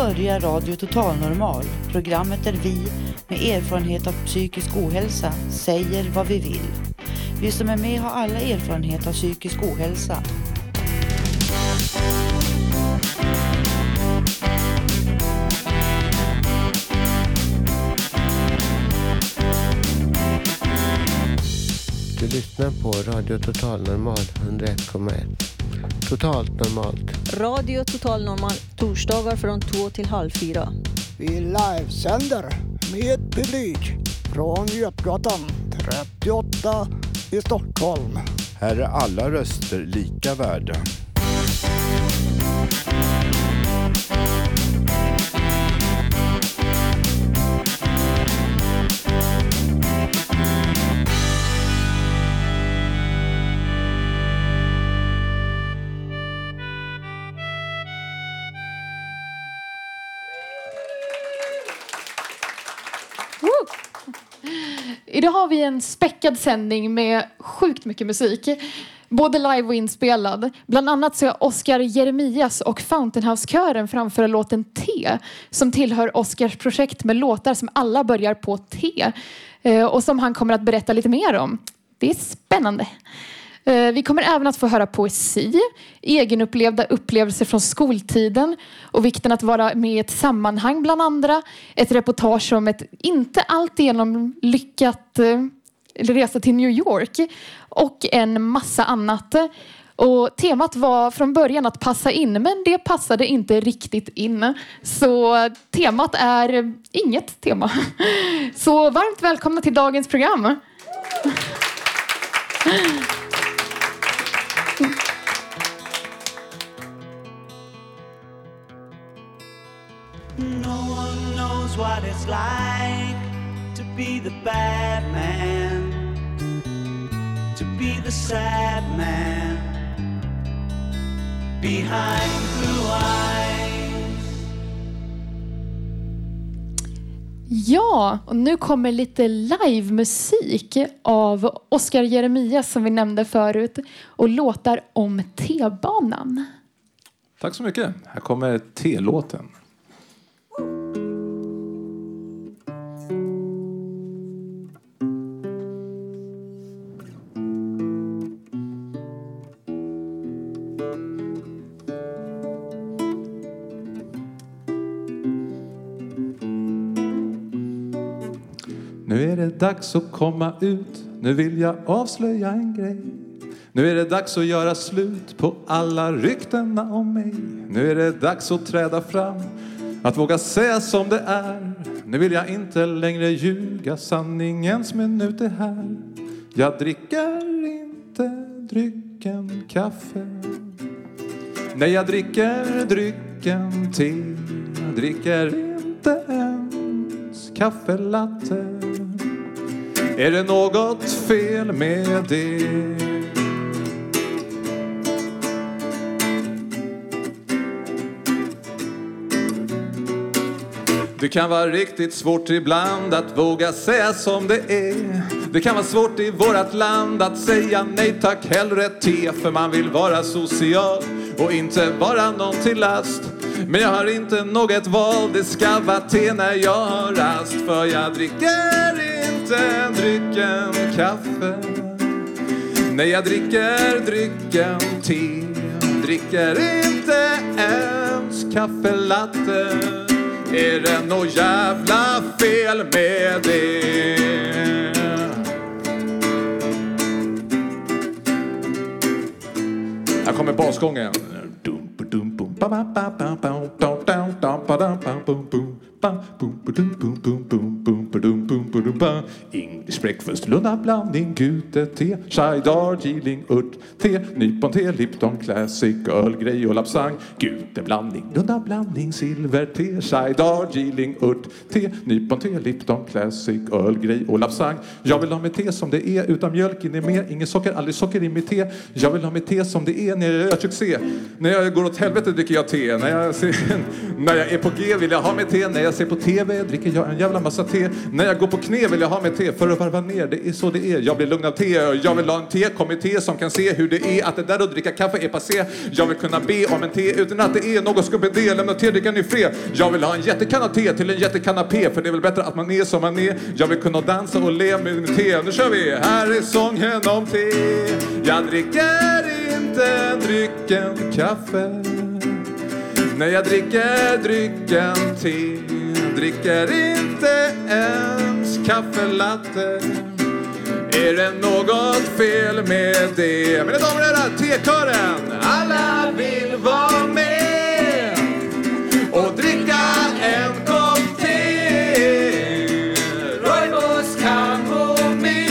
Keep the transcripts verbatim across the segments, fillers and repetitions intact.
börjar Radio Total Normal, programmet där vi med erfarenhet av psykisk ohälsa säger vad vi vill. Vi som är med har alla erfarenhet av psykisk ohälsa. Du lyssnar på Radio Total Normal hundra ett komma ett. Totalt normalt. Radio Total Normal, torsdagar från två till halv fyra. Vi livesänder med publik från Götgatan trettioåtta i Stockholm. Här är alla röster lika värda. Idag har vi en späckad sändning med sjukt mycket musik. Både live och inspelad. Bland annat så är Oscar Jeremias och Fountainhouse-kören framför låten T. Som tillhör Oscars projekt med låtar som alla börjar på T. Och som han kommer att berätta lite mer om. Det är spännande. Vi kommer även att få höra poesi, egenupplevda upplevelser från skoltiden och vikten att vara med i ett sammanhang bland andra. Ett reportage om ett inte alltigenom lyckat resa till New York och en massa annat. Och temat var från början att passa in, men det passade inte riktigt in. Så temat är inget tema. Så varmt välkomna till dagens program. No one knows what it's like to be the bad man, to be the sad man behind blue eyes. Ja, och nu kommer lite livemusik av Oscar Jeremias som vi nämnde förut och låtar om T-banan. Tack så mycket. Här kommer T-låten. Nu är det dags att komma ut. Nu vill jag avslöja en grej. Nu är det dags att göra slut på alla ryktena om mig. Nu är det dags att träda fram, att våga säga som det är. Nu vill jag inte längre ljuga, sanningens minut är här. Jag dricker inte drycken kaffe. Nej, jag dricker drycken te. Jag dricker inte ens kaffelatte. Är det något fel med det? Det kan vara riktigt svårt ibland att våga säga som det är. Det kan vara svårt i vårat land att säga nej tack, hellre te. För man vill vara social och inte vara någon till last. Men jag har inte något val, det ska vara te när jag har rast. För jag dricker inte drycken kaffe. Nej, jag dricker drycken te. Dricker inte ens kaffelatte. Är det något jävla fel med det? Här kommer basgången. English breakfast, Lunda blandning, gute te, chai, Darjeeling, urt, te, nypon te, Lipton classic, Earl Grey och lapsang. Gute blandning, Lunda blandning, silver te, chai, Darjeeling, urt, te, nypon te, Lipton classic, Earl Grey och lapsang. Jag vill ha med te som det är, utan mjölk in i mer, ingen socker, aldrig socker i mitt te. Jag vill ha med te som det är när jag gör succé. När jag går åt helvete dricker jag te. När jag, när jag är på G vill jag ha med te. När jag jag ser på tv dricker jag en jävla massa te. När jag går på knä vill jag ha med te för att varva ner. Det är så det är. Jag blir lugn av te. Jag vill ha en tekommitté som kan se hur det är att det där att dricka kaffe är passé. Jag vill kunna be om en te utan att det är något skubbedel. Lämna tedrickan i fred. Jag vill ha en jättekanna te till en jättekanapé. För det är väl bättre att man är som man är. Jag vill kunna dansa och le med min te. Nu kör vi! Här är sången om te. Jag dricker inte drycken kaffe. När jag dricker drycken te. Dricker inte ens kaffelatte. Är det något fel med det? Mina damer och herrar, tekören. Alla vill vara med och dricka en kopp te. Rooibos kamomill.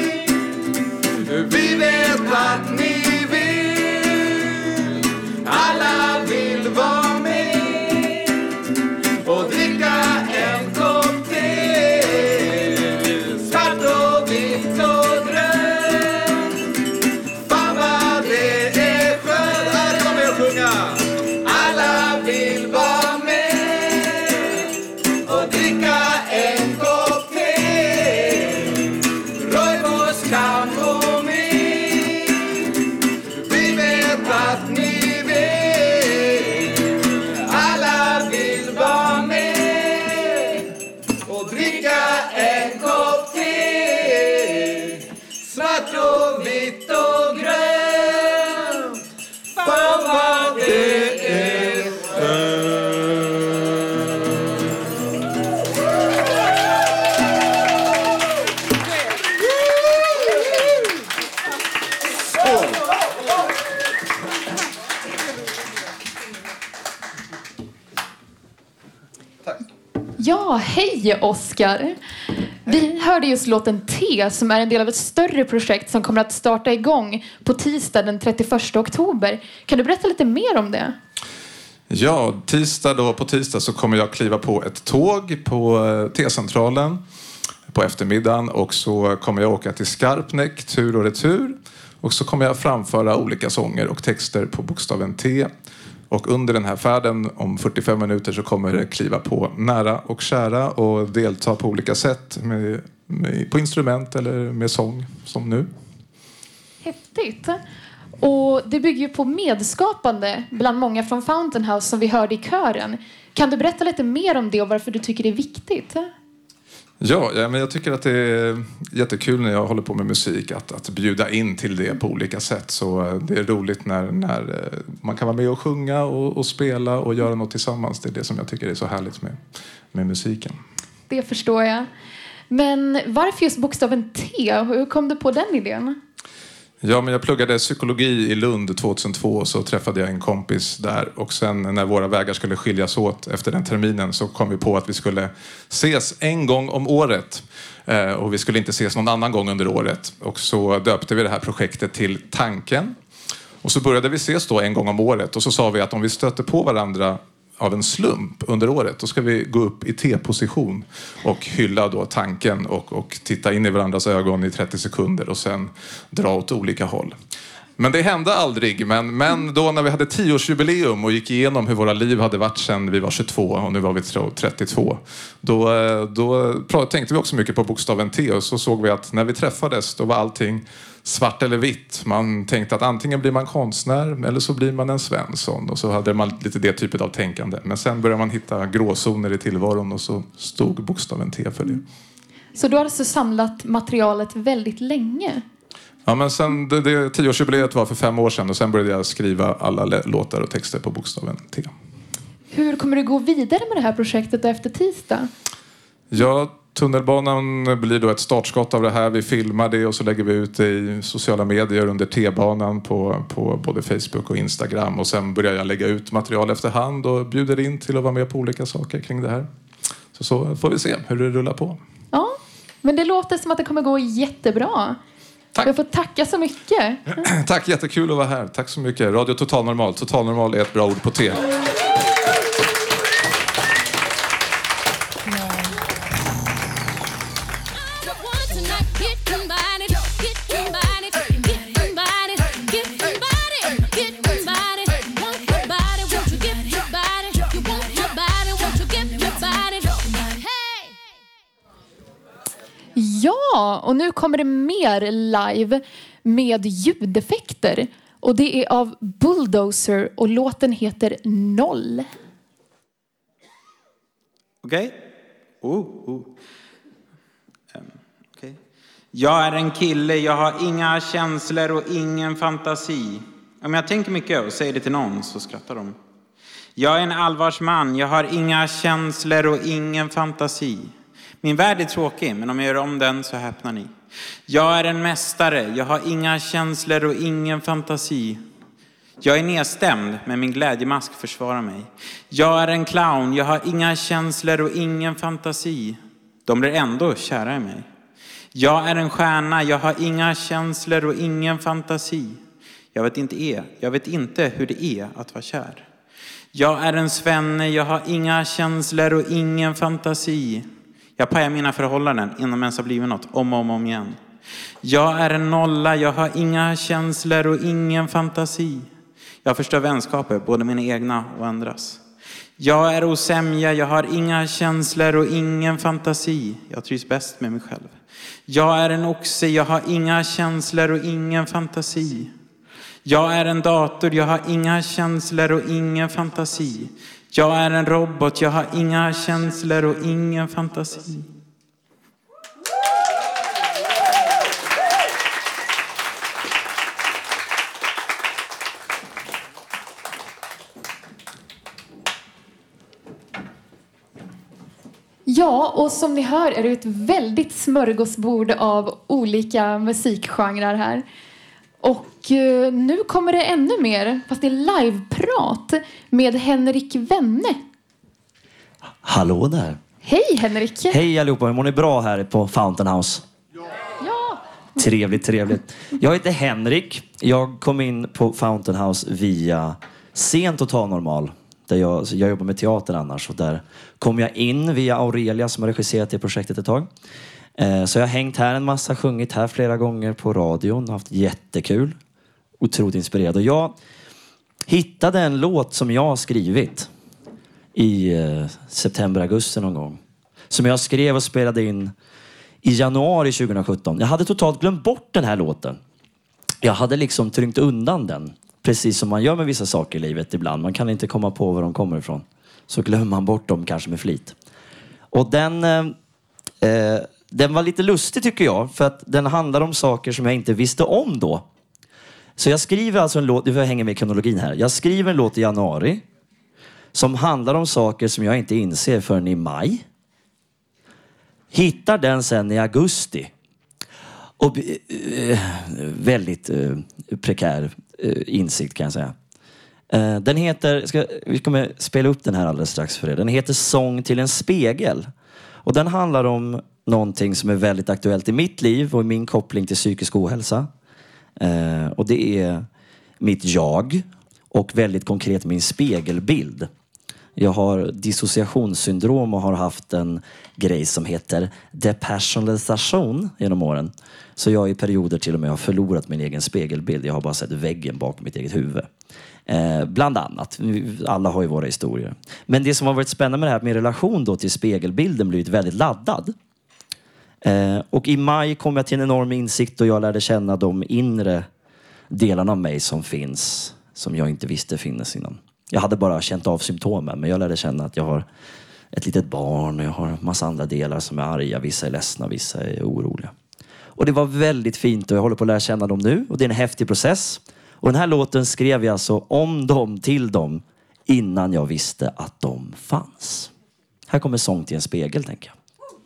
Vi vet att ni vill. Alla vill vara med och dricka en kopp te. Svart och vitt och grönt. Fan vad det är skönt. Här kommer jag sjunga. Alla vill vara med och dricka en kopp te. Rooibos kamomill. Vi vet att ni vill. Alla vill vara med och dricka en kopp te. Svart och vitt och grönt. Fan vad det är skönt. Ja, hej Oskar. Vi hörde just låten T som är en del av ett större projekt som kommer att starta igång på tisdag den trettioförsta oktober. Kan du berätta lite mer om det? Ja, tisdag då, på tisdag så kommer jag kliva på ett tåg på T-centralen på eftermiddagen. Och så kommer jag åka till Skarpnäck, tur och retur. Och så kommer jag framföra olika sånger och texter på bokstaven T. Och under den här färden om fyrtiofem minuter så kommer det kliva på nära och kära och delta på olika sätt med, med, på instrument eller med sång som nu. Häftigt. Och det bygger ju på medskapande bland många från Fountain House som vi hörde i kören. Kan du berätta lite mer om det och varför du tycker det är viktigt? Ja, ja, men jag tycker att det är jättekul när jag håller på med musik att, att bjuda in till det på olika sätt. Så det är roligt när, när man kan vara med och sjunga och, och spela och göra något tillsammans. Det är det som jag tycker är så härligt med, med musiken. Det förstår jag. Men varför just bokstaven T? Hur kom du på den idén? Ja, men jag pluggade psykologi i Lund tjugohundratvå, så träffade jag en kompis där. Och sen när våra vägar skulle skiljas åt efter den terminen så kom vi på att vi skulle ses en gång om året. Eh, och vi skulle inte ses någon annan gång under året. Och så döpte vi det här projektet till Tanken. Och så började vi ses då en gång om året. Och så sa vi att om vi stöter på varandra av en slump under året, då ska vi gå upp i T-position och hylla då tanken och, och titta in i varandras ögon i trettio sekunder och sen dra åt olika håll. Men det hände aldrig, men, men då när vi hade tioårsjubileum och gick igenom hur våra liv hade varit sedan vi var tjugotvå och nu var vi trettiotvå, då, då tänkte vi också mycket på bokstaven T och så såg vi att när vi träffades då var allting svart eller vitt. Man tänkte att antingen blir man konstnär eller så blir man en Svensson. Och så hade man lite det typet av tänkande. Men sen började man hitta gråzoner i tillvaron och så stod bokstaven T för det. Så du har alltså samlat materialet väldigt länge? Ja, men sen det, det tioårsjubileet var för fem år sedan och sen började jag skriva alla låtar och texter på bokstaven T. Hur kommer du gå vidare med det här projektet efter tisdag? Ja, tunnelbanan blir då ett startskott av det här. Vi filmar det och så lägger vi ut det i sociala medier under T-banan på, på både Facebook och Instagram. Och sen börjar jag lägga ut material efterhand och bjuder in till att vara med på olika saker kring det här. Så, så får vi se hur det rullar på. Ja, men det låter som att det kommer gå jättebra. Tack. Jag får tacka så mycket. Tack, jättekul att vara här. Tack så mycket. Radio Total Normal. Total Normal är ett bra ord på T. Body, Ja, och nu kommer det mer live med ljudeffekter. Och det är av Bulldozer och låten heter Noll. Okej. Okay. Oh, oh. Um, okay. Jag är en kille, jag har inga känslor och ingen fantasi. Om jag tänker mycket och säger det till någon så skrattar de. Jag är en allvarsman, jag har inga känslor och ingen fantasi. Min värld är tråkig, men om jag gör om den så häpnar ni. Jag är en mästare, jag har inga känslor och ingen fantasi. Jag är nedstämd, men min glädjemask försvarar mig. Jag är en clown, jag har inga känslor och ingen fantasi. De blir ändå kära i mig. Jag är en stjärna, jag har inga känslor och ingen fantasi. Jag vet inte är, jag vet inte hur det är att vara kär. Jag är en svenne, jag har inga känslor och ingen fantasi. Jag pajar mina förhållanden innan ens har blivit något om och om, om igen. Jag är en nolla, jag har inga känslor och ingen fantasi. Jag förstör vänskaper, både mina egna och andras. Jag är osämja, jag har inga känslor och ingen fantasi. Jag trivs bäst med mig själv. Jag är en oxe, jag har inga känslor och ingen fantasi. Jag är en dator, jag har inga känslor och ingen fantasi. Jag är en robot, jag har inga känslor och ingen fantasi. Ja, och som ni hör är det ett väldigt smörgåsbord av olika musikgenrer här. Och eh, nu kommer det ännu mer, fast det är liveprat med Henrik Wenne. Hallå där. Hej Henrik. Hej allihopa, hur mår ni bra här på Fountain House? Ja. Ja. Trevligt, trevligt. Jag heter Henrik. Jag kom in på Fountain House via Sen Total Normal. Där jag, jag jobbar med teater annars. Och där kom jag in via Aurelia som har regisserat det projektet ett tag. Eh, så jag har hängt här en massa, sjungit här flera gånger på radion. Och haft jättekul. Otroligt inspirerad. Och jag hittade en låt som jag har skrivit i eh, september, augusti någon gång. Som jag skrev och spelade in i januari tjugohundrasjutton. Jag hade totalt glömt bort den här låten. Jag hade liksom tryngt undan den. Precis som man gör med vissa saker i livet ibland. Man kan inte komma på var de kommer ifrån. Så glömmer man bort dem kanske med flit. Och den, eh, den var lite lustig tycker jag. För att den handlar om saker som jag inte visste om då. Så jag skriver alltså en låt, det får jag hänga med i kronologin här. Jag skriver en låt i januari. Som handlar om saker som jag inte inser förrän i maj. Hittar den sen i augusti. Och äh, väldigt äh, prekär äh, insikt kan jag säga. Äh, den heter, ska, vi kommer spela upp den här alldeles strax för er. Den heter Sång till en spegel. Och den handlar om någonting som är väldigt aktuellt i mitt liv och i min koppling till psykisk ohälsa. Äh, och det är mitt jag och väldigt konkret min spegelbild. Jag har dissociationssyndrom och har haft en grej som heter depersonalisation genom åren. Så jag i perioder till och med har förlorat min egen spegelbild. Jag har bara sett väggen bakom mitt eget huvud. Eh, bland annat. Alla har ju våra historier. Men det som har varit spännande med det här, min relation då till spegelbilden, blivit väldigt laddad. Eh, och i maj kom jag till en enorm insikt och jag lärde känna de inre delarna av mig som finns. Som jag inte visste finns innan. Jag hade bara känt av symptomen, men jag lärde känna att jag har ett litet barn och jag har en massa andra delar som är arga. Vissa är ledsna, vissa är oroliga. Och det var väldigt fint och jag håller på att lära känna dem nu. Och det är en häftig process. Och den här låten skrev jag alltså om dem, till dem, innan jag visste att de fanns. Här kommer Sång till en spegel, tänker jag.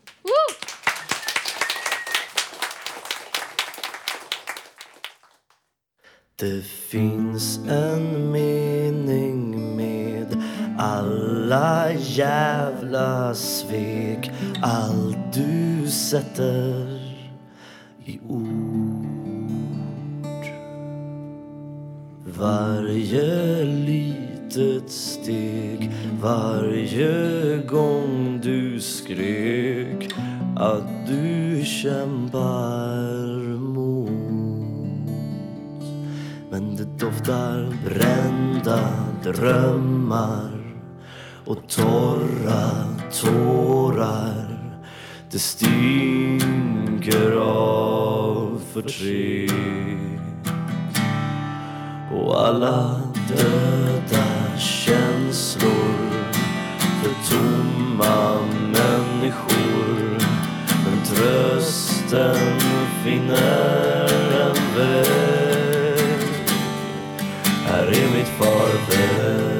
Det finns en mening med alla jävla svek. Allt du sätter i ord. Varje litet steg. Varje gång du skrek att du kämpar mot. Men det doftar brända drömmar och torra tårar Det stinker av förtret och alla döda känslor för tomma människor. Men trösten finner en väg. Här är mitt farväl.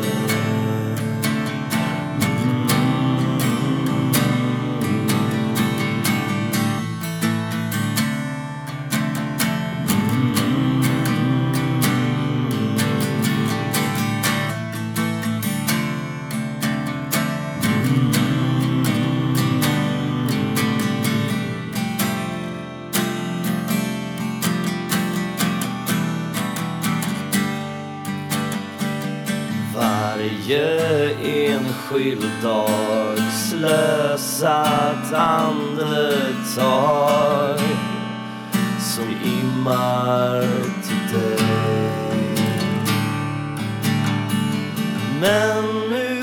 Varje enskild dag slösat andetag som immar till dig. Men nu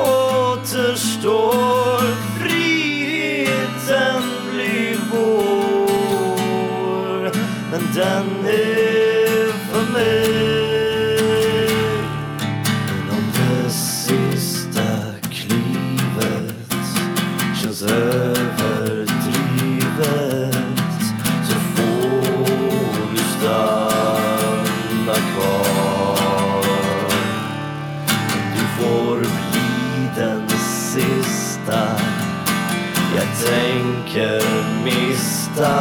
återstår friheten blir vår. Men den är för mig. Överdrivet så får du stanna kvar. Du får bli den sista jag tänker mista.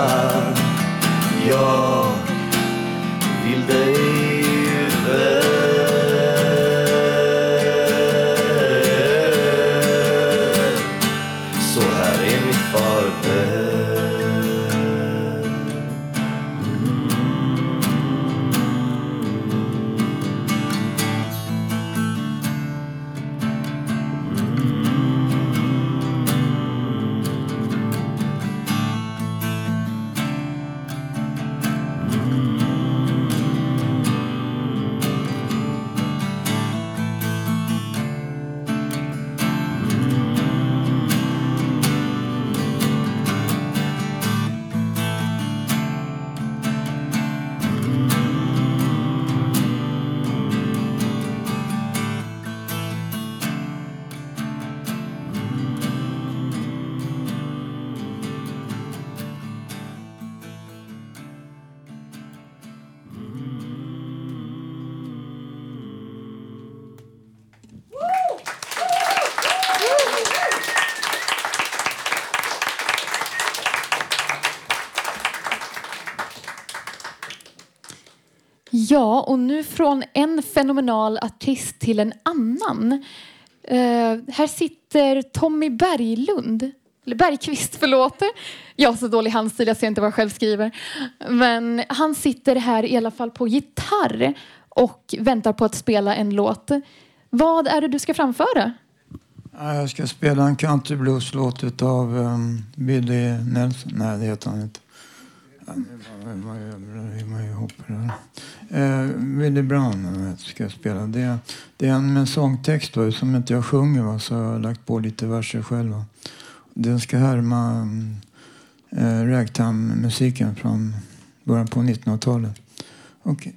Jag vill dig väl. Ja, och nu från en fenomenal artist till en annan. Uh, här sitter Tommy Berglund. Eller Bergqvist, förlåt. Jag har så dålig handstil, jag ser inte vad jag själv skriver. Men han sitter här i alla fall på gitarr och väntar på att spela en låt. Vad är det du ska framföra? Jag ska spela en country blues-låt av um, Billy Nelson. Nej, det heter han inte. Uh, Willie Brown ska jag spela. Det, det är en med sångtext då, som inte jag sjunger, va, så jag har lagt på lite verser själv. Va. Den ska härma um, uh, ragtime-musiken från början på nittonhundratalet. Okej. Okay.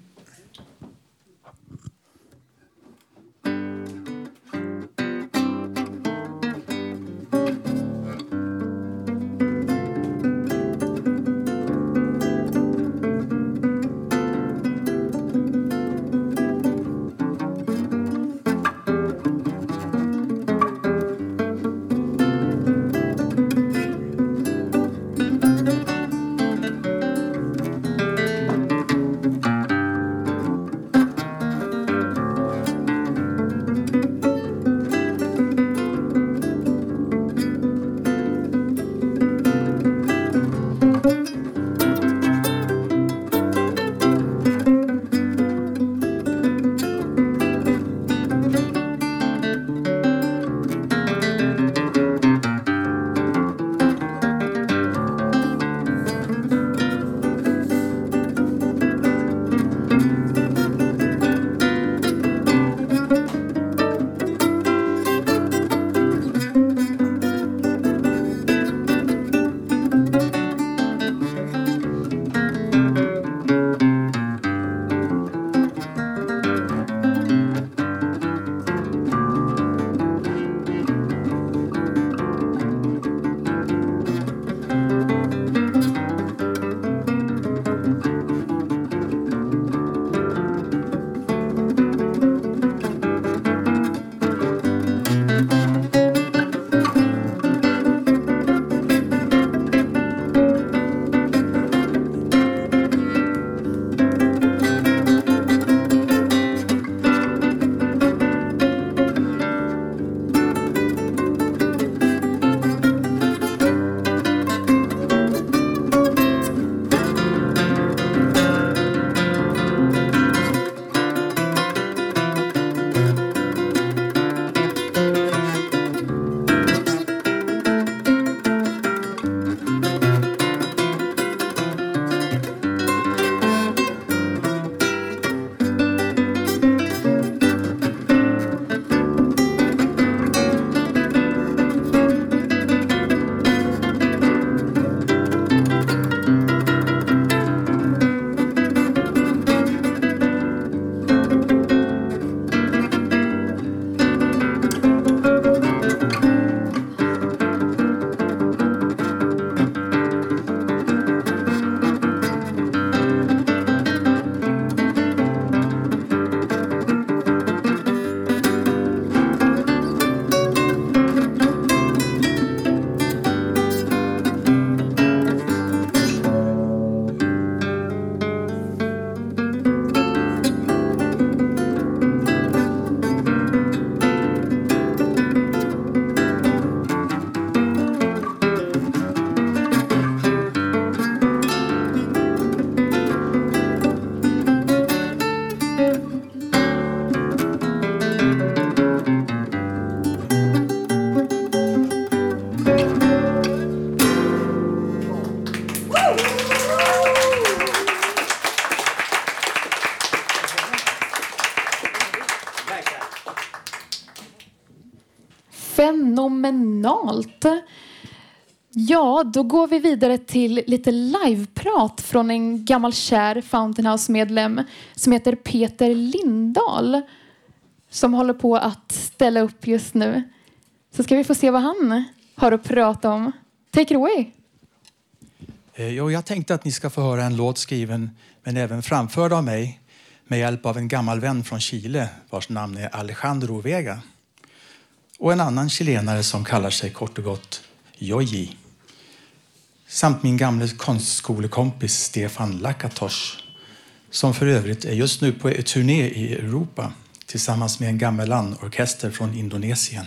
Fenomenalt. Ja, då går vi vidare till lite liveprat från en gammal kär Fountain House-medlem som heter Peter Lindahl, som håller på att ställa upp just nu. Så ska vi få se vad han har att prata om. Take it away. Jo, jag tänkte att ni ska få höra en låt skriven men även framförd av mig med hjälp av en gammal vän från Chile vars namn är Alejandro Vega. Och en annan chilenare som kallar sig kort och gott Joji. Samt min gamla konstskolekompis Stefan Lakatos, som för övrigt är just nu på turné i Europa tillsammans med en gamelan-orkester från Indonesien.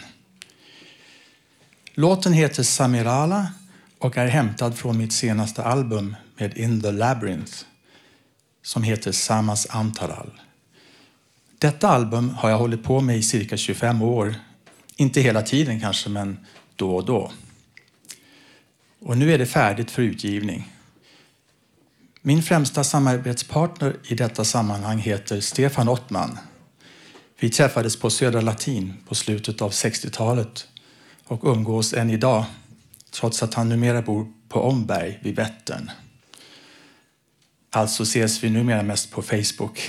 Låten heter Samirala och är hämtad från mitt senaste album med In the Labyrinth som heter Samas Antaral. Detta album har jag hållit på med i cirka tjugofem år. Inte hela tiden kanske, men då och då. Och nu är det färdigt för utgivning. Min främsta samarbetspartner i detta sammanhang heter Stefan Ottman. Vi träffades på Södra Latin på slutet av sextiotalet och umgås än idag, trots att han numera bor på Omberg vid Vättern. Alltså ses vi numera mest på Facebook.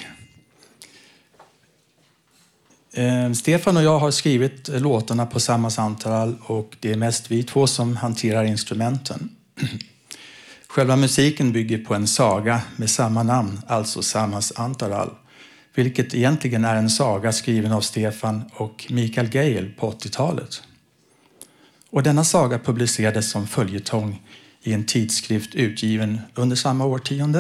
Eh, Stefan och jag har skrivit låtarna på Samas Antaral och det är mest vi två som hanterar instrumenten. Själva musiken bygger på en saga med samma namn, alltså Samas Antaral, vilket egentligen är en saga skriven av Stefan och Mikael Geil på åttiotalet. Och denna saga publicerades som följetong i en tidskrift utgiven under samma årtionde.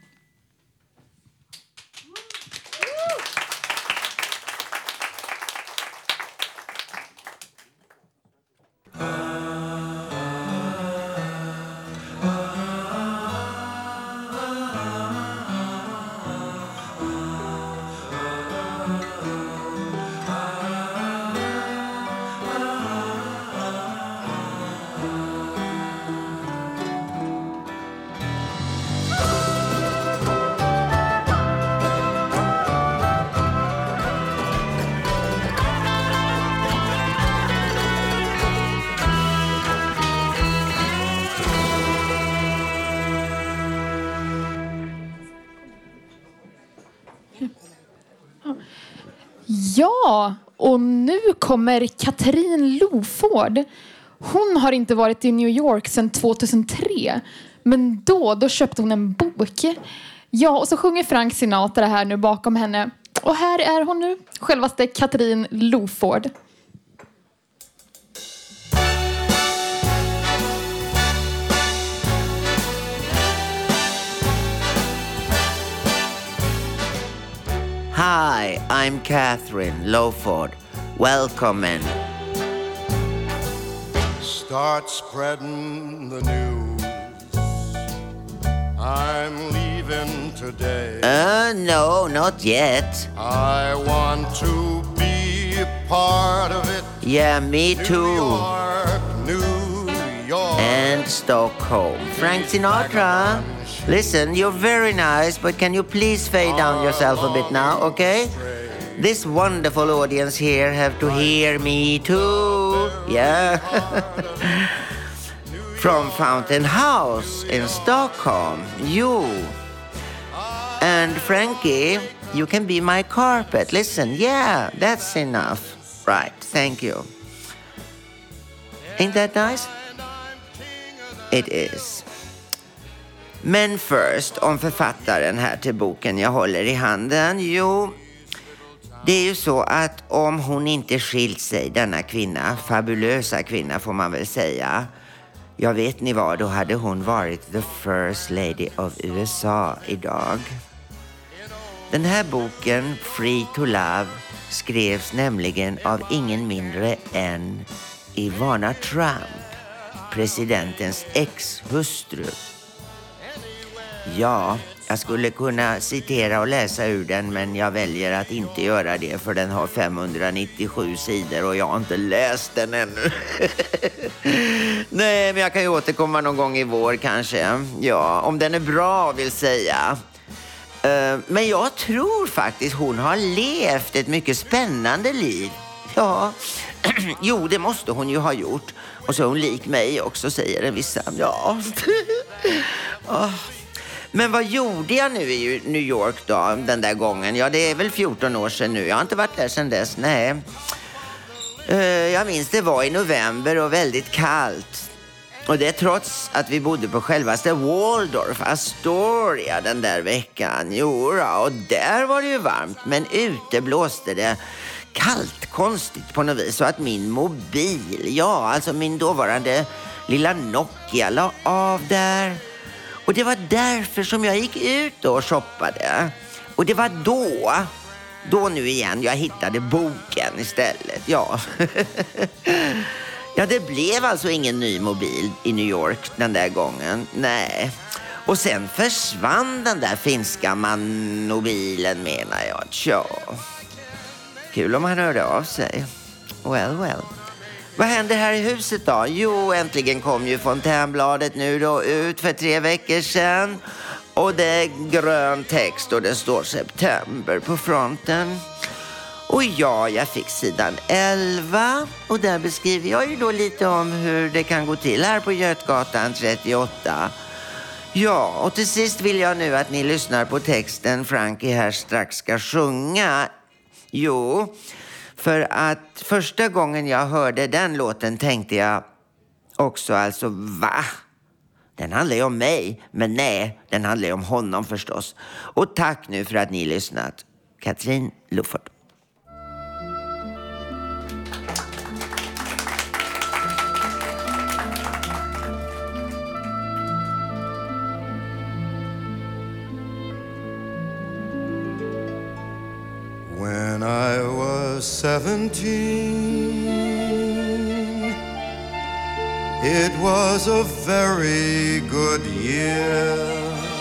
Ja, och nu kommer Katrin Loford. Hon har inte varit i New York sedan tjugohundratre. Men då, då köpte hon en bok. Ja, och så sjunger Frank Sinatra här nu bakom henne. Och här är hon nu, självaste Katrin Loford. Hi, I'm Catherine Loford. Welcome and start spreading the news. I'm leaving today. Uh, no, not yet. I want to be a part of it. Yeah, me too. New York, New York. And Stockholm. Frank Sinatra. Listen, you're very nice, but can you please fade down yourself a bit now, okay? This wonderful audience here have to hear me too. Yeah. From Fountain House in Stockholm, you. And Frankie, you can be my carpet. Listen, yeah, that's enough. Right, thank you. Ain't that nice? It is. Men först om författaren här till boken jag håller i handen. Jo, det är ju så att om hon inte skilt sig, denna kvinna, fabulösa kvinna får man väl säga. Jag vet ni vad, då hade hon varit the first lady of U S A idag. Den här boken, Free to Love, skrevs nämligen av ingen mindre än Ivana Trump, presidentens ex-hustru. Ja, jag skulle kunna citera och läsa ur den, men jag väljer att inte göra det för den har femhundranittiosju sidor och jag har inte läst den ännu. Nej, men jag kan ju återkomma någon gång i vår kanske. Ja, om den är bra vill säga. Uh, men jag tror faktiskt hon har levt ett mycket spännande liv. Ja, jo det måste hon ju ha gjort. Och så är hon lik mig också, säger en vissa. Ja. oh. Men vad gjorde jag nu i New York då, den där gången? Ja, det är väl fjorton år sedan nu. Jag har inte varit där sedan dess, nej. Uh, jag minns det var i november och väldigt kallt. Och det trots att vi bodde på självaste Waldorf Astoria den där veckan. Jo, och där var det ju varmt. Men ute blåste det kallt, konstigt på något vis. Så att min mobil, ja alltså min dåvarande lilla Nokia la av där. Och det var därför som jag gick ut och shoppade. Och det var då, då nu igen, jag hittade boken istället. Ja. Ja, det blev alltså ingen ny mobil i New York den där gången. Nej. Och sen försvann den där finska mobilen, menar jag. Tja. Kul om han hörde av sig. Well, well. Vad händer här i huset då? Jo, äntligen kom ju Fontänbladet nu då ut för tre veckor sedan. Och det är grön text och det står september på fronten. Och ja, jag fick sidan elva och där beskriver jag ju då lite om hur det kan gå till här på Götgatan trettioåtta. Ja, och till sist vill jag nu att ni lyssnar på texten Frankie här strax ska sjunga. Jo, för att första gången jag hörde den låten tänkte jag också alltså, va? Den handlar ju om mig, men nej, den handlar ju om honom förstås. Och tack nu för att ni lyssnat. Katrin Lufford. When I was seventeen, it was a very good year.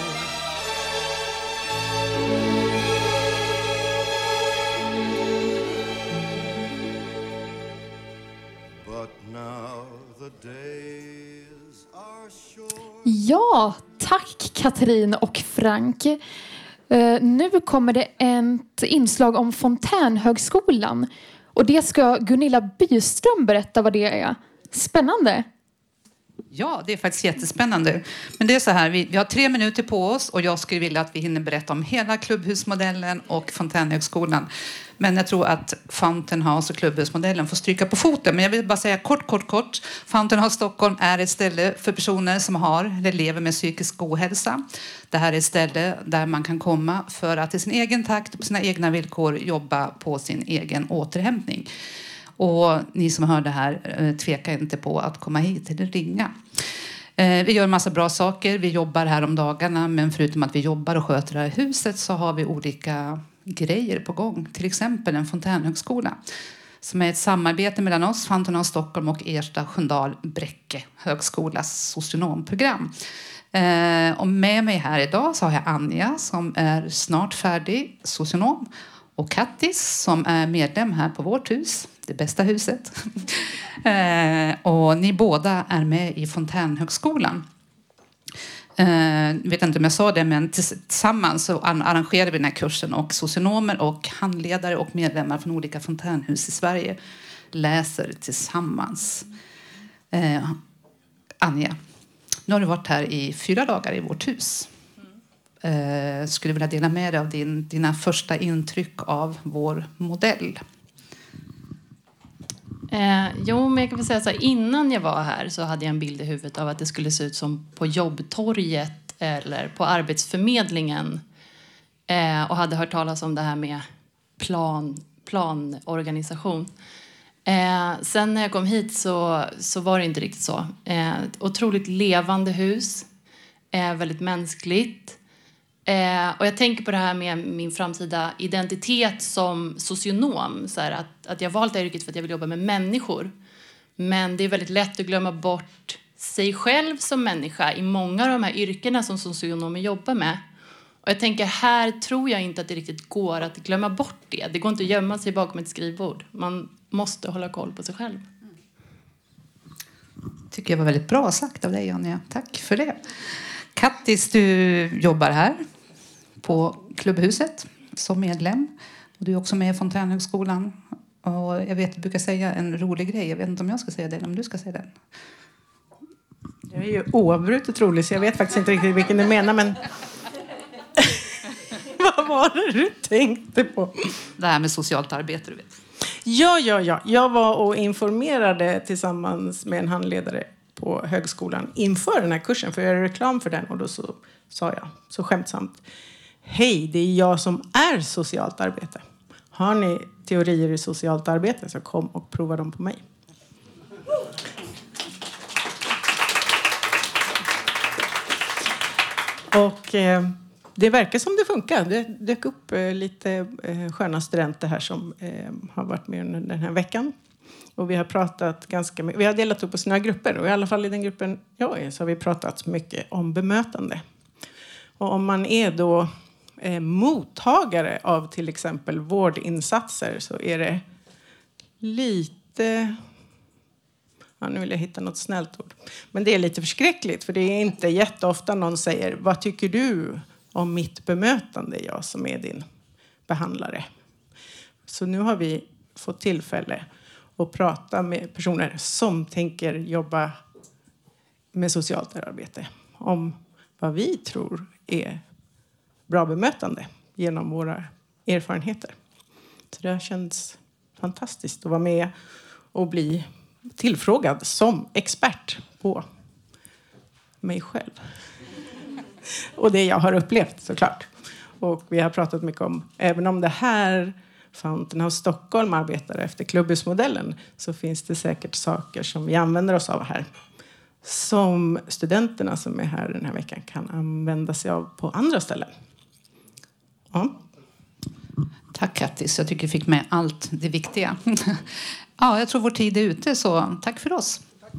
But now the days are short. Ja, tack Katrin och Frank. Uh, nu kommer det ett inslag om Fontänhögskolan. Och det ska Gunilla Byström berätta vad det är. Spännande. Ja, det är faktiskt jättespännande. Men det är så här, vi, vi har tre minuter på oss och jag skulle vilja att vi hinner berätta om hela klubbhusmodellen och Fontänhögskolan. Men jag tror att Fountain House och klubbhusmodellen får stryka på foten. Men jag vill bara säga kort, kort, kort. Fountain House Stockholm är ett ställe för personer som har eller lever med psykisk ohälsa. Det här är ett ställe där man kan komma för att i sin egen takt och på sina egna villkor jobba på sin egen återhämtning. Och ni som hör det här, tveka inte på att komma hit eller ringa. Vi gör en massa bra saker. Vi jobbar här om dagarna. Men förutom att vi jobbar och sköter det här huset så har vi olika grejer på gång. Till exempel en Fontänhögskola. Som är ett samarbete mellan oss, Fountain House Stockholm och Ersta Sköndal Bräcke högskolas socionomprogram. Och med mig här idag så har jag Anja som är snart färdig socionom. Och Kattis som är medlem här på vårt hus. Det bästa huset. eh, och ni båda är med i Fontänhögskolan. Jag eh, vet inte om jag sa det, men tillsammans så arrangerar vi den här kursen. Och socionomer och handledare och medlemmar från olika fontänhus i Sverige läser tillsammans. Eh, Anja, nu har du varit här i fyra dagar i vårt hus. Eh, skulle vilja dela med dig av din, dina första intryck av vår modell. Eh, jo, men jag kan väl säga så här, innan jag var här så hade jag en bild i huvudet av att det skulle se ut som på Jobbtorget eller på Arbetsförmedlingen. Eh, och hade hört talas om det här med plan, planorganisation. Eh, sen när jag kom hit så, så var det inte riktigt så. Eh, ett otroligt levande hus. Eh, väldigt mänskligt. Eh, och jag tänker på det här med min framtida identitet som socionom. Så här, att, att jag valt det här yrket för att jag vill jobba med människor. Men det är väldigt lätt att glömma bort sig själv som människa i många av de här yrkena som socionomer jobbar med. Och jag tänker, här tror jag inte att det riktigt går att glömma bort det. Det går inte att gömma sig bakom ett skrivbord. Man måste hålla koll på sig själv. Tycker jag var väldigt bra sagt av dig, Anja. Tack för det. Kattis, du jobbar här på klubbhuset som medlem. Och du är också med i Fontänhögskolan. Och jag vet, jag brukar säga en rolig grej. Jag vet inte om jag ska säga det eller om du ska säga den. Jag är ju oavbrutet rolig så jag vet faktiskt inte riktigt vilken du menar. Men vad var det du tänkte på? Det här med socialt arbete, du vet. Ja, ja, ja. Jag var och informerade tillsammans med en handledare på högskolan inför den här kursen. För jag gör reklam för den och då så sa jag så skämtsamt. Hej, det är jag som är socialt arbete. Har ni teorier i socialt arbete så kom och prova dem på mig. Och eh, det verkar som det funkar. Det dök upp eh, lite eh, sköna studenter här som eh, har varit med under den här veckan. Och vi har pratat ganska mycket. Vi har delat upp oss i några grupper. Och i alla fall i den gruppen jag är så har vi pratat mycket om bemötande. Och om man är då eh, mottagare av till exempel vårdinsatser så är det lite... Ja, nu vill jag hitta något snällt ord. Men det är lite förskräckligt för det är inte jätteofta någon säger vad tycker du om mitt bemötande, jag som är din behandlare. Så nu har vi fått tillfälle att prata med personer som tänker jobba med socialt arbete om vad vi tror är bra bemötande genom våra erfarenheter. Så det har känts fantastiskt att vara med och bli tillfrågad som expert på mig själv. Och det jag har upplevt såklart. Och vi har pratat mycket om, även om det här Fountain House Stockholm arbetar efter klubbhusmodellen så finns det säkert saker som vi använder oss av här. Som studenterna som är här den här veckan kan använda sig av på andra ställen. Ja. Tack Kattis, jag tycker vi fick med allt det viktiga. Ja, jag tror vår tid är ute så tack för oss.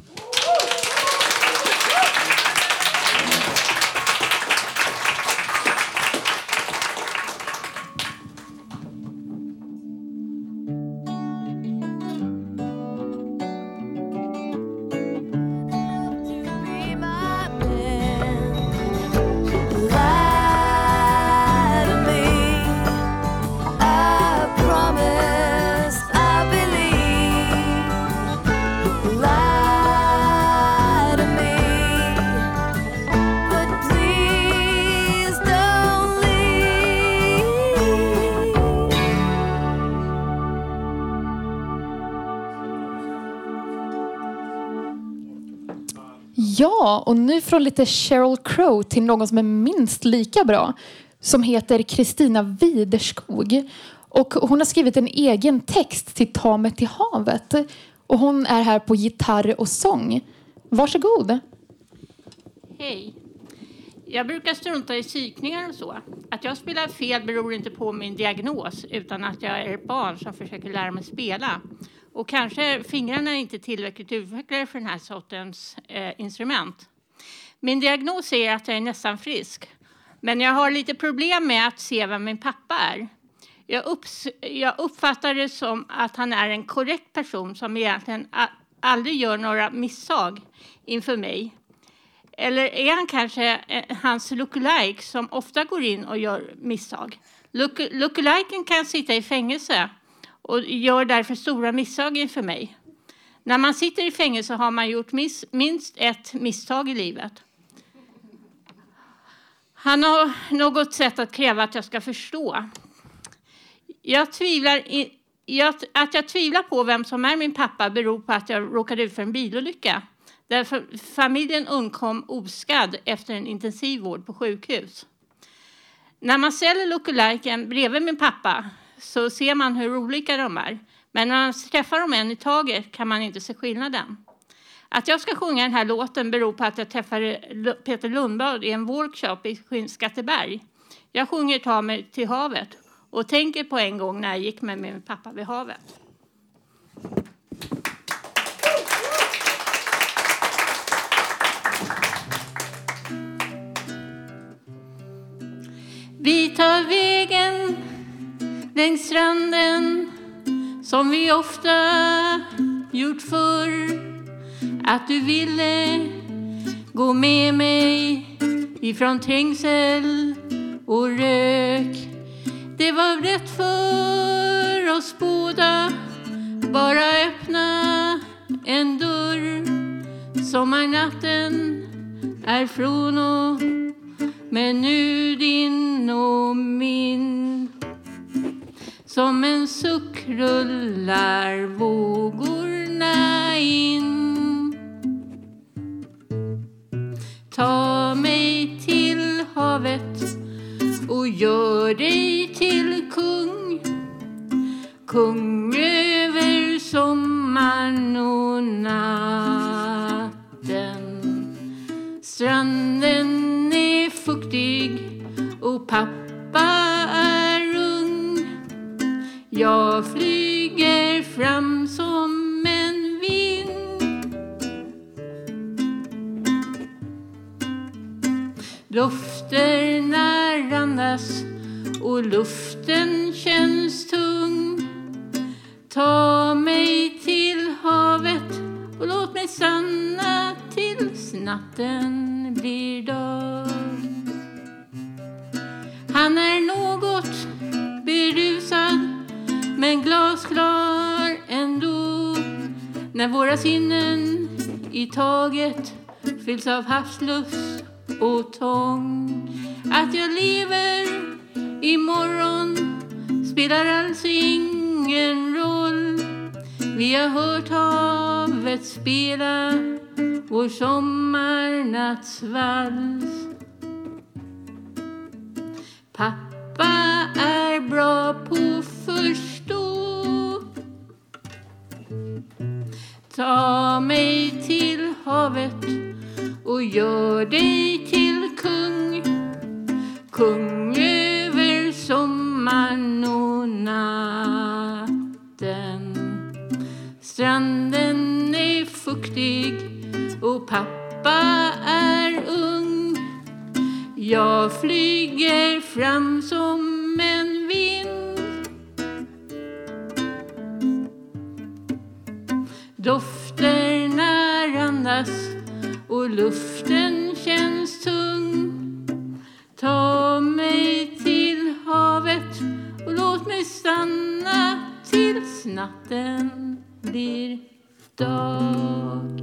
Ja, och nu från lite Sheryl Crow till någon som är minst lika bra. Som heter Kristina Widerskog. Och hon har skrivit en egen text till Ta mig till havet. Och hon är här på gitarr och sång. Varsågod. Hej. Jag brukar strunta i psykningar och så. Att jag spelar fel beror inte på min diagnos utan att jag är ett barn som försöker lära mig spela. Och kanske fingrarna är inte tillräckligt utvecklade för den här sortens eh, instrument. Min diagnos är att jag är nästan frisk. Men jag har lite problem med att se vem min pappa är. Jag, upps- jag uppfattar det som att han är en korrekt person som egentligen a- aldrig gör några misstag inför mig. Eller är han kanske eh, hans lookalike som ofta går in och gör misstag? Look- lookaliken kan sitta i fängelse och gör därför stora misstag inför mig. När man sitter i fängelse har man gjort miss- minst ett misstag i livet. Han har något sätt att kräva att jag ska förstå. Jag tvivlar i, jag, att jag tvivlar på vem som är min pappa beror på att jag råkade ut för en bilolycka. Därför familjen undkom oskadd efter en intensivvård på sjukhus. När man ställer lookaliken bredvid min pappa så ser man hur olika de är. Men när man träffar dem en i taget kan man inte se skillnaden. Att jag ska sjunga den här låten beror på att jag träffade Peter Lundblad i en workshop i Skinnskatteberg. Jag sjunger Ta mig till havet och tänker på en gång när jag gick med min pappa vid havet. Vi tar vägen längs stranden som vi ofta gjort förr. Att du ville gå med mig ifrån trängsel och rök. Det var rätt för oss båda bara öppna en dörr. Sommarnatten är från och men nu din och min. Som en suck rullar vågorna in. Ta mig till havet och gör dig till kung. Kung över sommaren och natten. Stranden är fuktig och pappa är ung. Jag flyger fram som en vind. Dofterna randas och luften känns tung. Ta mig till havet och låt mig stanna tills natten blir dag. Han är något berusad men glasklar ändå. När våra sinnen i taget fylls av havslust och tång. Att jag lever imorgon spelar alls ingen roll. Vi har hört havet spela vår sommarnattsvals. Pappa är bra på förstå. Ta mig till havet och gör dig till kung. Kung över sommaren och natten. Stranden är fuktig och pappa är ung. Jag flyger fram som en vind. Dofterna randas och luften känns tung. Ta mig till havet och låt mig stanna tills natten blir dag.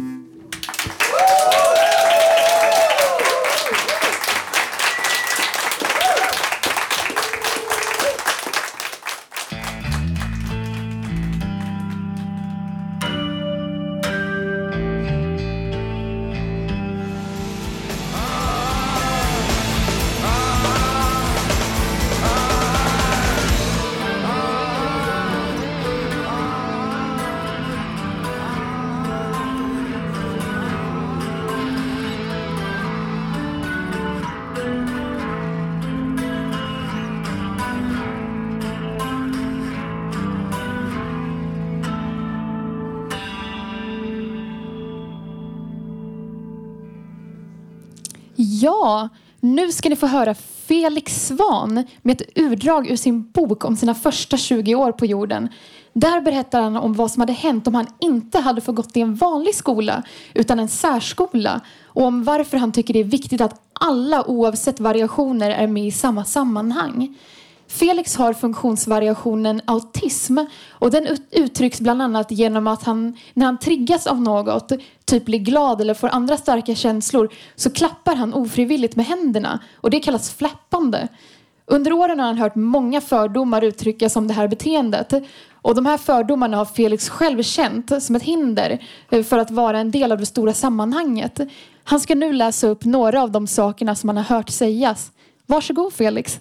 Ja, nu ska ni få höra Felix Svan med ett urdrag ur sin bok om sina första tjugo år på jorden. Där berättar han om vad som hade hänt om han inte hade fått gått i en vanlig skola utan en särskola. Och om varför han tycker det är viktigt att alla oavsett variationer är med i samma sammanhang. Felix har funktionsvariationen autism och den uttrycks bland annat genom att han, när han triggas av något, typ blir glad eller får andra starka känslor, så klappar han ofrivilligt med händerna och det kallas flappande. Under åren har han hört många fördomar uttryckas om det här beteendet och de här fördomarna har Felix själv känt som ett hinder för att vara en del av det stora sammanhanget. Han ska nu läsa upp några av de sakerna som han har hört sägas. Varsågod Felix.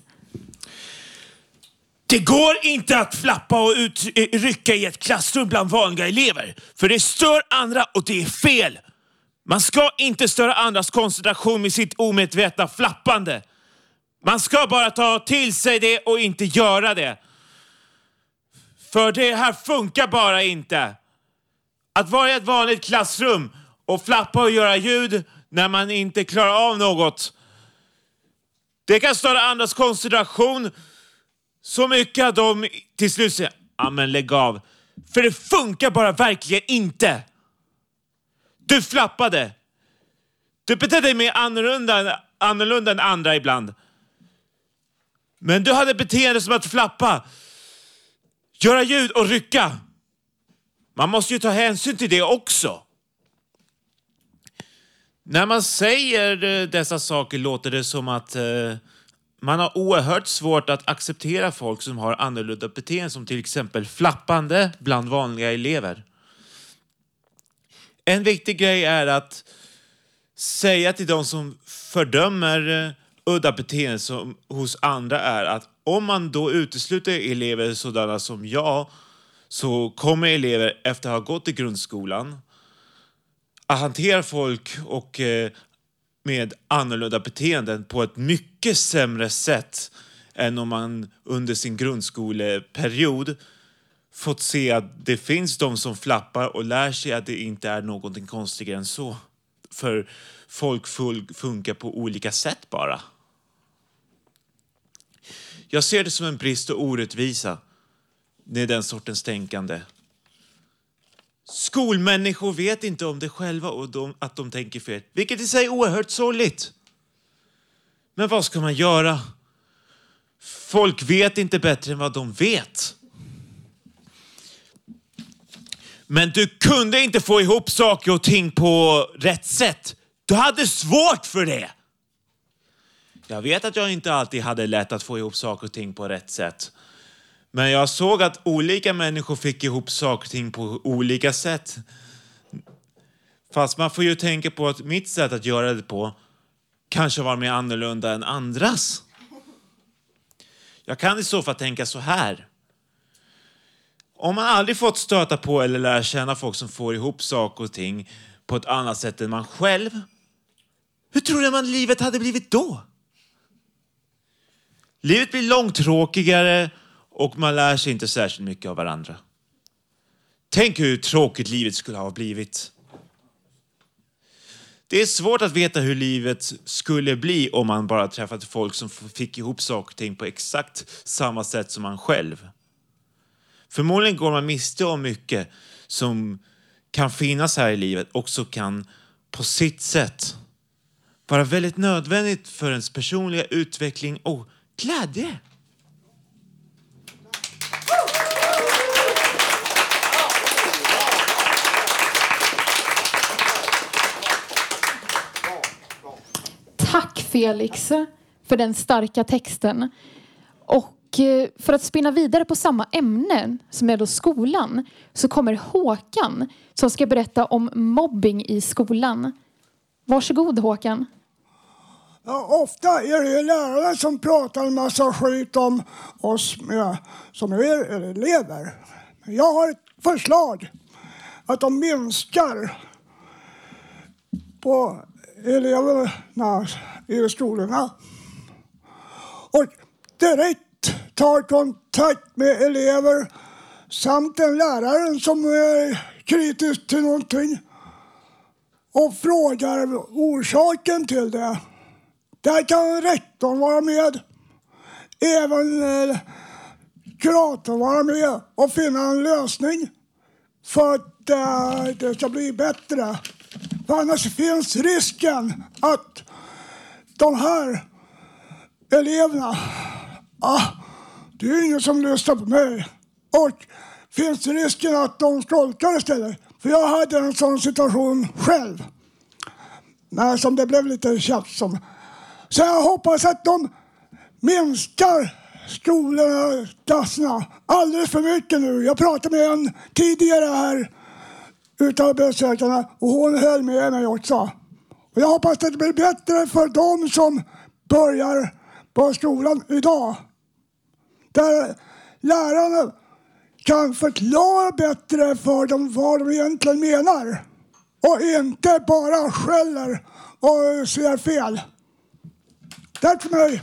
Det går inte att flappa och utrycka i ett klassrum bland vanliga elever. För det stör andra och det är fel. Man ska inte störa andras koncentration med sitt omedvetna flappande. Man ska bara ta till sig det och inte göra det. För det här funkar bara inte. Att vara i ett vanligt klassrum och flappa och göra ljud när man inte klarar av något. Det kan störa andras koncentration så mycket att de till slut säger, ja men lägg av. För det funkar bara verkligen inte. Du flappade. Du betedde dig mer annorlunda, annorlunda än andra ibland. Men du hade beteende som att flappa. Göra ljud och rycka. Man måste ju ta hänsyn till det också. När man säger dessa saker låter det som att eh, man har oerhört svårt att acceptera folk som har annorlunda beteende, som till exempel flappande bland vanliga elever. En viktig grej är att säga till de som fördömer eh, udda beteende som hos andra är att om man då utesluter elever sådana som jag, så kommer elever efter att ha gått i grundskolan att hantera folk och eh, med annorlunda beteenden på ett mycket sämre sätt än om man under sin grundskoleperiod fått se att det finns de som flappar och lär sig att det inte är någonting konstigare än så. För folk funkar på olika sätt bara. Jag ser det som en brist och orättvisa med den sortens tänkande. Skolmänniskor vet inte om det själva och de, att de tänker fel. Vilket i sig är oerhört sorgligt. Men vad ska man göra? Folk vet inte bättre än vad de vet. Men du kunde inte få ihop saker och ting på rätt sätt. Du hade svårt för det. Jag vet att jag inte alltid hade lätt att få ihop saker och ting på rätt sätt. Men jag såg att olika människor fick ihop saker och ting på olika sätt. Fast man får ju tänka på att mitt sätt att göra det på kanske var mer annorlunda än andras. Jag kan i så fall tänka så här. Om man aldrig fått stöta på eller lära känna folk som får ihop saker och ting på ett annat sätt än man själv, hur tror du man livet hade blivit då? Livet blir långtråkigare och man lär sig inte särskilt mycket av varandra. Tänk hur tråkigt livet skulle ha blivit. Det är svårt att veta hur livet skulle bli om man bara träffade folk som fick ihop saker och ting på exakt samma sätt som man själv. Förmodligen går man miste om mycket som kan finnas här i livet och så kan på sitt sätt vara väldigt nödvändigt för ens personliga utveckling och glädje. Tack Felix för den starka texten. Och för att spinna vidare på samma ämne som är då skolan, så kommer Håkan som ska berätta om mobbing i skolan. Varsågod Håkan. Ja, ofta är det lärare som pratar en massa skit om oss med, som är elever. Jag har ett förslag att de minskar på eleverna i skolorna och direkt tar kontakt med elever samt en lärare som är kritisk till någonting och frågar orsaken till det. Där kan rektorn vara med, även eh, kuratorn vara med och finna en lösning för att eh, det ska bli bättre. För annars finns risken att de här eleverna, ah, det är ingen som lyssnar på mig, och finns risken att de skolkar istället. För jag hade en sån situation själv, men som det blev lite tjafs om. Så jag hoppas att de minskar skolorna, klasserna alldeles för mycket nu. Jag pratade med en tidigare här utav besökarna och hon höll med mig också. Och jag hoppas att det blir bättre för de som börjar på skolan idag. Där lärarna kan förklara bättre för dem vad de egentligen menar. Och inte bara skäller och ser fel. Tack för mig.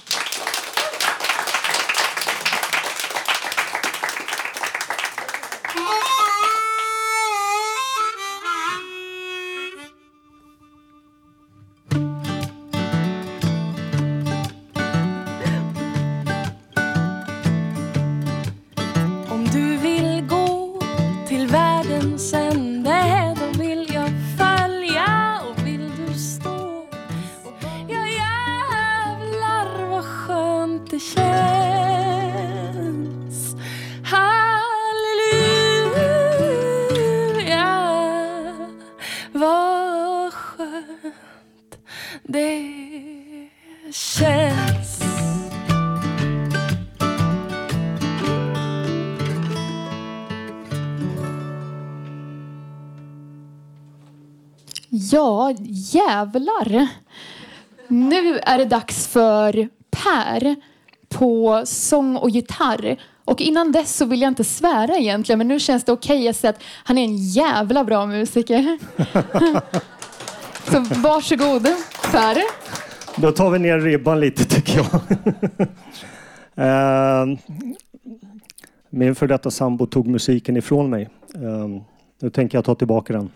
Om du vill gå till världens ände, då vill jag följa, och vill du stå, och jag jävlar det känns. Ja, jävlar. Nu är det dags för Per på sång och gitarr. Och innan dess så vill jag inte svära egentligen, men nu känns det okej att säga att han är en jävla bra musiker. Så varsågod, Per. Då tar vi ner ribban lite, tycker jag. uh, min för detta sambo tog musiken ifrån mig. Uh, nu tänker jag ta tillbaka den.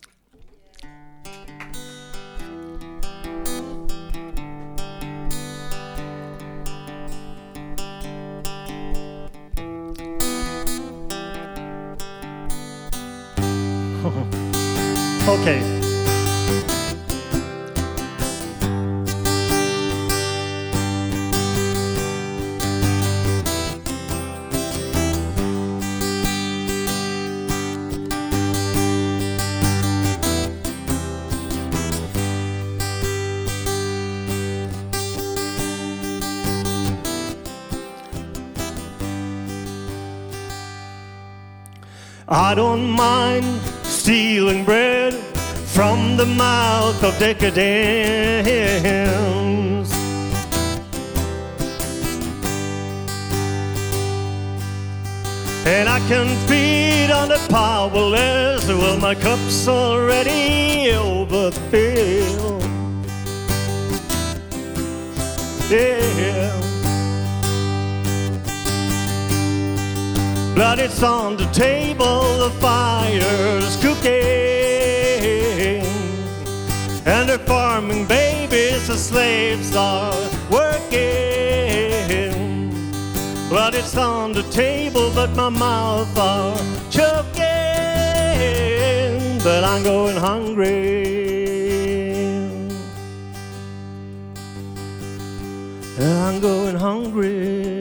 Okej. Okay. I don't mind stealing bread from the mouth of decadence. And I can feed on the powerless. Well, my cup's already overfilled. Yeah. Blood is on the table, the fire's cooking, and the farming babies, the slaves are working. Blood is on the table, but my mouth are choking. But I'm going hungry. I'm going hungry.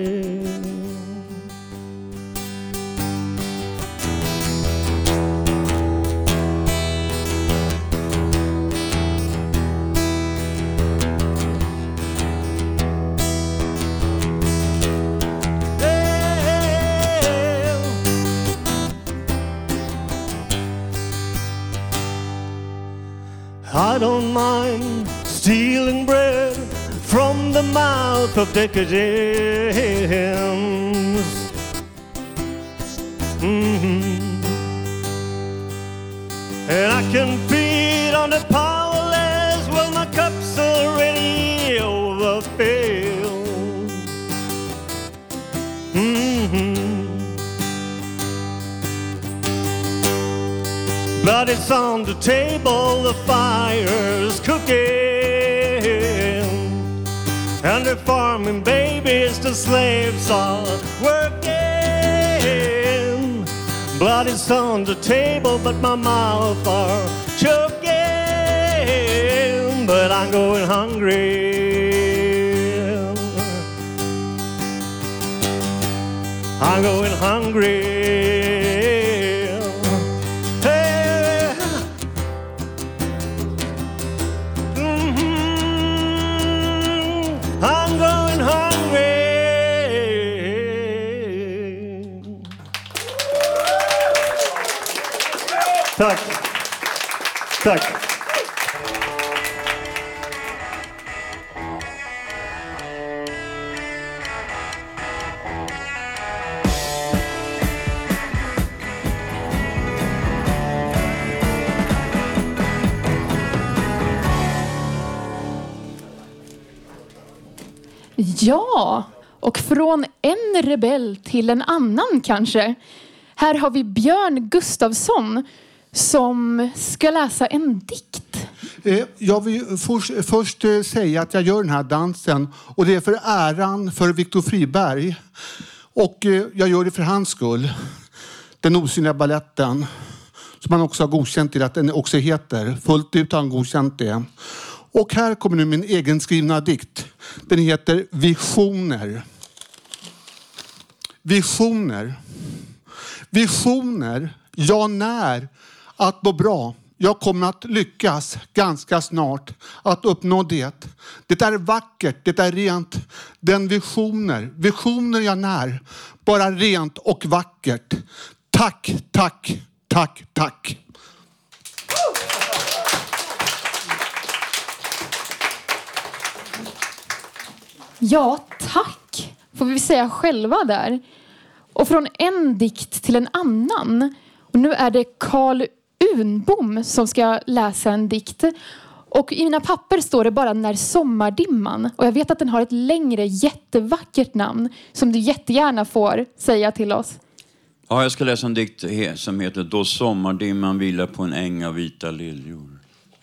I don't mind stealing bread from the mouth of decadence. Mm-hmm. And I can feed on the powerless. Well, my cup's already overfilled. Mm-hmm. Blood is on the table, the fire's cooking, and the farming babies, the slaves are working. Blood is on the table, but my mouth are choking. But I'm going hungry. I'm going hungry. I'm going hungry. Tack. Tack. Ja, och från en rebell till en annan kanske. Här har vi Björn Gustafsson som ska läsa en dikt. Jag vill först, först säga att jag gör den här dansen, och det är för äran för Viktor Friberg. Och jag gör det för hans skull. Den osynliga balletten, som han också har godkänt till att den också heter. Fullt ut har han godkänt det. Och här kommer nu min egen skrivna dikt. Den heter Visioner. Visioner. Visioner. Ja, när. Att må bra. Jag kommer att lyckas ganska snart att uppnå det. Det är vackert, det är rent. Den visioner, visioner jag när. Bara rent och vackert. Tack, tack, tack, tack. Ja, tack, får vi säga själva där. Och från en dikt till en annan. Och nu är det Carl Unbom som ska läsa en dikt. Och i mina papper står det bara När sommardimman. Och jag vet att den har ett längre jättevackert namn som du jättegärna får säga till oss. Ja, jag ska läsa en dikt som heter Då sommardimman vilar på en äng av vita liljor.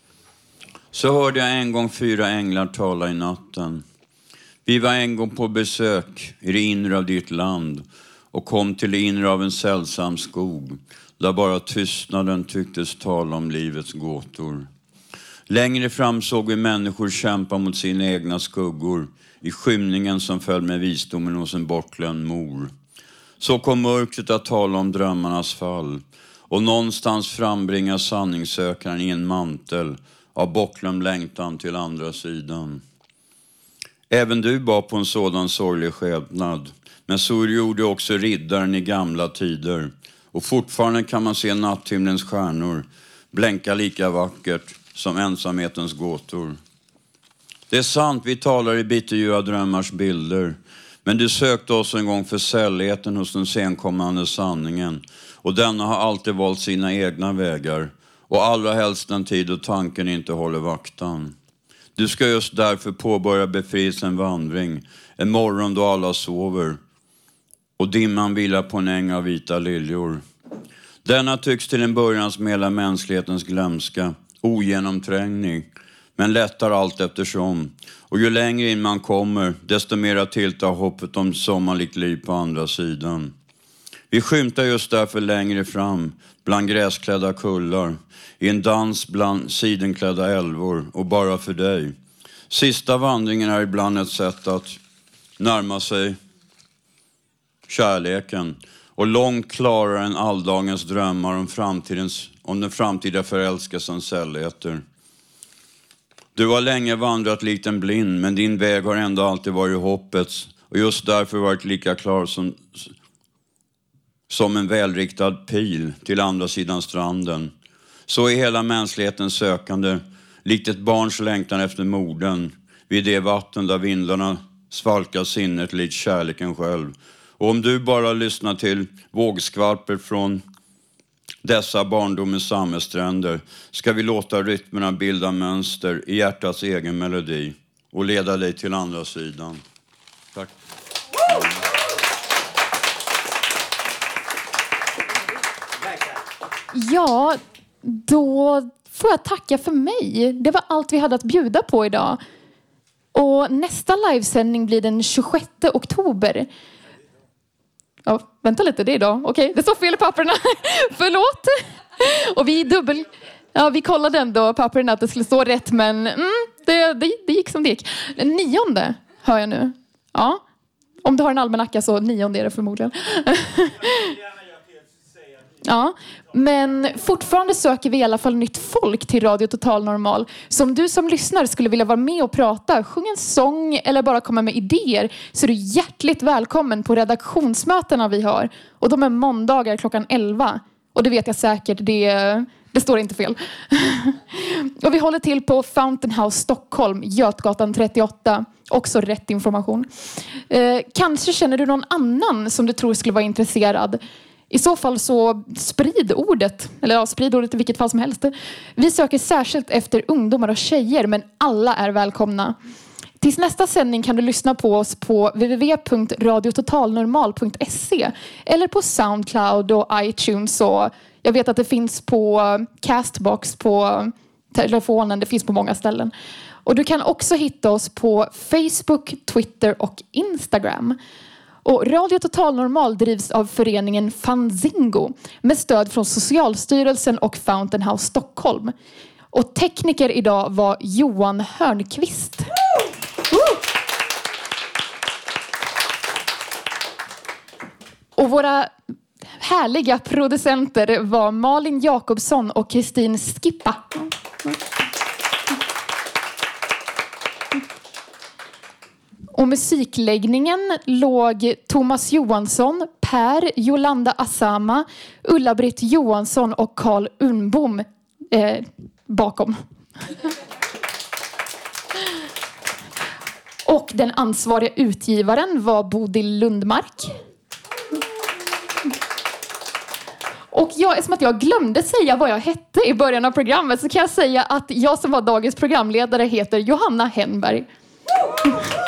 Så hörde jag en gång fyra änglar tala i natten. Vi var en gång på besök i det inre av ditt land och kom till det inre av en sällsam skog där bara tystnaden tycktes tala om livets gåtor. Längre fram såg vi människor kämpa mot sina egna skuggor i skymningen som föll med visdomen hos en bortglömd mor. Så kom mörkret att tala om drömmarnas fall och någonstans frambringa sanningssökaren i en mantel av bortglömd längtan till andra sidan. Även du bar på en sådan sorglig skepnad, men så gjorde också riddaren i gamla tider. Och fortfarande kan man se natthimlens stjärnor blänka lika vackert som ensamhetens gåtor. Det är sant, vi talar i bitterljuva drömmars bilder. Men du sökte oss en gång för sällheten hos den senkommande sanningen. Och denna har alltid valt sina egna vägar. Och allra helst en tid då tanken inte håller vaktan. Du ska just därför påbörja befrielsen vandring. En morgon då alla sover. Och dimman vilar på en äng av vita liljor. Denna tycks till en början som hela mänsklighetens glömska. Ogenomträngning. Men lättar allt eftersom. Och ju längre in man kommer, desto mera tilltar hoppet om sommarligt liv på andra sidan. Vi skymtar just därför längre fram, bland gräsklädda kullar. I en dans bland sidenklädda älvor och bara för dig. Sista vandringen är ibland ett sätt att närma sig kärleken. Och långt klarare än alldagens drömmar om, framtidens, om den framtida förälskelsens sällheter. Du har länge vandrat likt en blind, men din väg har ändå alltid varit hoppets. Och just därför varit lika klar som, som en välriktad pil till andra sidan stranden. Så är hela mänskligheten sökande, likt ett barns längtan efter morden. Vid det vatten där vindlarna svalkar sinnet likt kärleken själv. Och om du bara lyssnar till vågskvalper från dessa barndomens samhällsstränder ska vi låta rytmerna bilda mönster i hjärtats egen melodi och leda dig till andra sidan. Tack. Ja, då får jag tacka för mig. Det var allt vi hade att bjuda på idag. Och nästa livesändning blir den tjugosjätte oktober. Ja, vänta lite, det är idag. Okej, det står fel i papperna. Förlåt. Och vi dubbel... Ja, vi kollade ändå papperna att det skulle stå rätt, men mm, det, det, det gick som det gick. Den nionde hör jag nu. Ja, om du har en almanacka så nionde är det förmodligen. Ja, men fortfarande söker vi i alla fall nytt folk till Radio Total Normal. Så om du som lyssnar skulle vilja vara med och prata, sjunga en sång eller bara komma med idéer, så är du hjärtligt välkommen på redaktionsmötena vi har. Och de är måndagar klockan elva. Och det vet jag säkert, det, det står inte fel. Och vi håller till på Fountain House Stockholm, Götgatan trettioåtta. Också rätt information. Eh, kanske känner du någon annan som du tror skulle vara intresserad. I så fall så sprid ordet. Eller ja, sprid ordet i vilket fall som helst. Vi söker särskilt efter ungdomar och tjejer, men alla är välkomna. Tills nästa sändning kan du lyssna på oss på w w w punkt radio total normal punkt se eller på Soundcloud och iTunes. Och jag vet att det finns på Castbox på telefonen. Det finns på många ställen. Och du kan också hitta oss på Facebook, Twitter och Instagram. Och Radio Total Normal drivs av föreningen Fanzingo med stöd från Socialstyrelsen och Fountain House Stockholm. Och tekniker idag var Johan Hörnqvist. Och våra härliga producenter var Malin Jakobsson och Kristin Skippa. Och musikläggningen låg Thomas Johansson, Per Jolanda Asama, Ulla-Britt Johansson och Carl Unbom eh, bakom. Och den ansvariga utgivaren var Bodil Lundmark. Och jag, eftersom att jag glömde säga vad jag hette i början av programmet, så kan jag säga att jag som var dagens programledare heter Johanna Henberg.